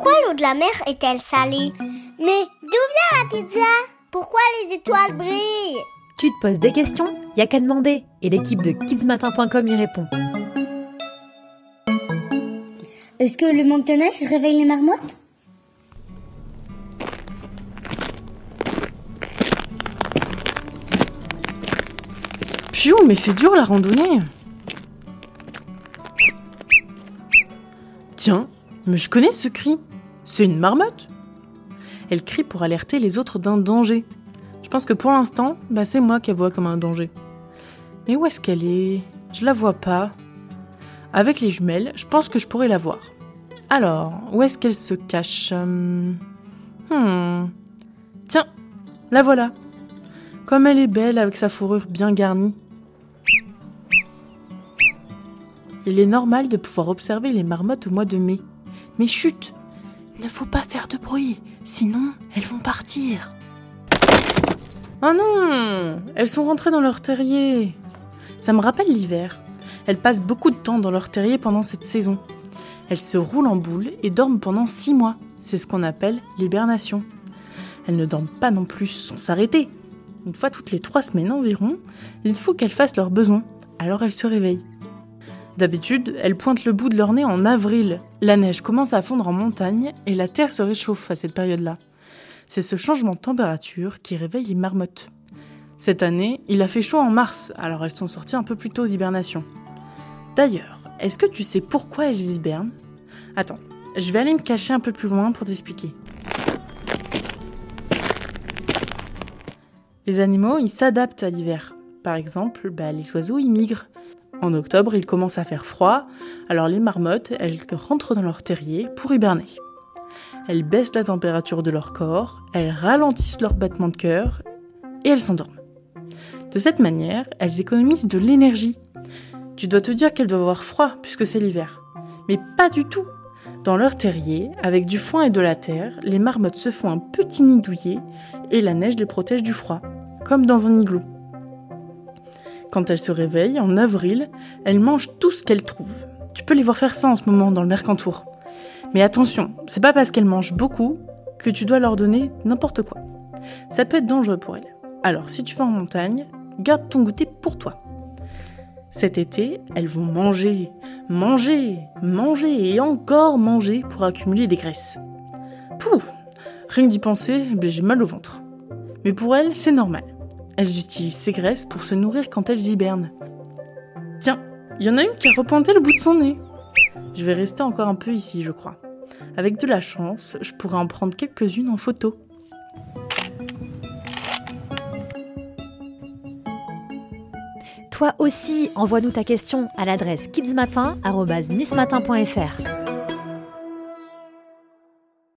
Pourquoi l'eau de la mer est-elle salée? Mais d'où vient la pizza? Pourquoi les étoiles brillent? Tu te poses des questions? Y a qu'à demander. Et l'équipe de kidsmatin.com y répond. Est-ce que le manque de neige réveille les marmottes? Piou, mais c'est dur la randonnée. Tiens, mais je connais ce cri. C'est une marmotte. Elle crie pour alerter les autres d'un danger. Je pense que pour l'instant, c'est moi qu'elle voit comme un danger. Mais où est-ce qu'elle est? Je la vois pas. Avec les jumelles, je pense que je pourrais la voir. Alors, où est-ce qu'elle se cache? Tiens, la voilà. Comme elle est belle avec sa fourrure bien garnie. Il est normal de pouvoir observer les marmottes au mois de mai. Mais chut! Il ne faut pas faire de bruit, sinon elles vont partir. Oh non! Elles sont rentrées dans leur terrier. Ça me rappelle l'hiver. Elles passent beaucoup de temps dans leur terrier pendant cette saison. Elles se roulent en boule et dorment pendant 6 mois. C'est ce qu'on appelle l'hibernation. Elles ne dorment pas non plus sans s'arrêter. Une fois toutes les 3 semaines environ, il faut qu'elles fassent leurs besoins. Alors elles se réveillent. D'habitude, elles pointent le bout de leur nez en avril. La neige commence à fondre en montagne et la terre se réchauffe à cette période-là. C'est ce changement de température qui réveille les marmottes. Cette année, il a fait chaud en mars, alors elles sont sorties un peu plus tôt d'hibernation. D'ailleurs, est-ce que tu sais pourquoi elles hibernent? Attends, je vais aller me cacher un peu plus loin pour t'expliquer. Les animaux, ils s'adaptent à l'hiver. Par exemple, les oiseaux, ils migrent. En octobre, il commence à faire froid, alors les marmottes, elles rentrent dans leur terrier pour hiberner. Elles baissent la température de leur corps, elles ralentissent leur battement de cœur et elles s'endorment. De cette manière, elles économisent de l'énergie. Tu dois te dire qu'elles doivent avoir froid puisque c'est l'hiver. Mais pas du tout. Dans leur terrier, avec du foin et de la terre, les marmottes se font un petit nid douillet et la neige les protège du froid, comme dans un igloo. Quand elles se réveillent, en avril, elles mangent tout ce qu'elles trouvent. Tu peux les voir faire ça en ce moment dans le Mercantour. Mais attention, c'est pas parce qu'elles mangent beaucoup que tu dois leur donner n'importe quoi. Ça peut être dangereux pour elles. Alors si tu vas en montagne, garde ton goûter pour toi. Cet été, elles vont manger et encore manger pour accumuler des graisses. Pouh, rien que d'y penser, j'ai mal au ventre. Mais pour elles, c'est normal. Elles utilisent ces graisses pour se nourrir quand elles hibernent. Tiens, il y en a une qui a repointé le bout de son nez. Je vais rester encore un peu ici, je crois. Avec de la chance, je pourrais en prendre quelques-unes en photo. Toi aussi, envoie-nous ta question à l'adresse kidsmatin@nismatin.fr.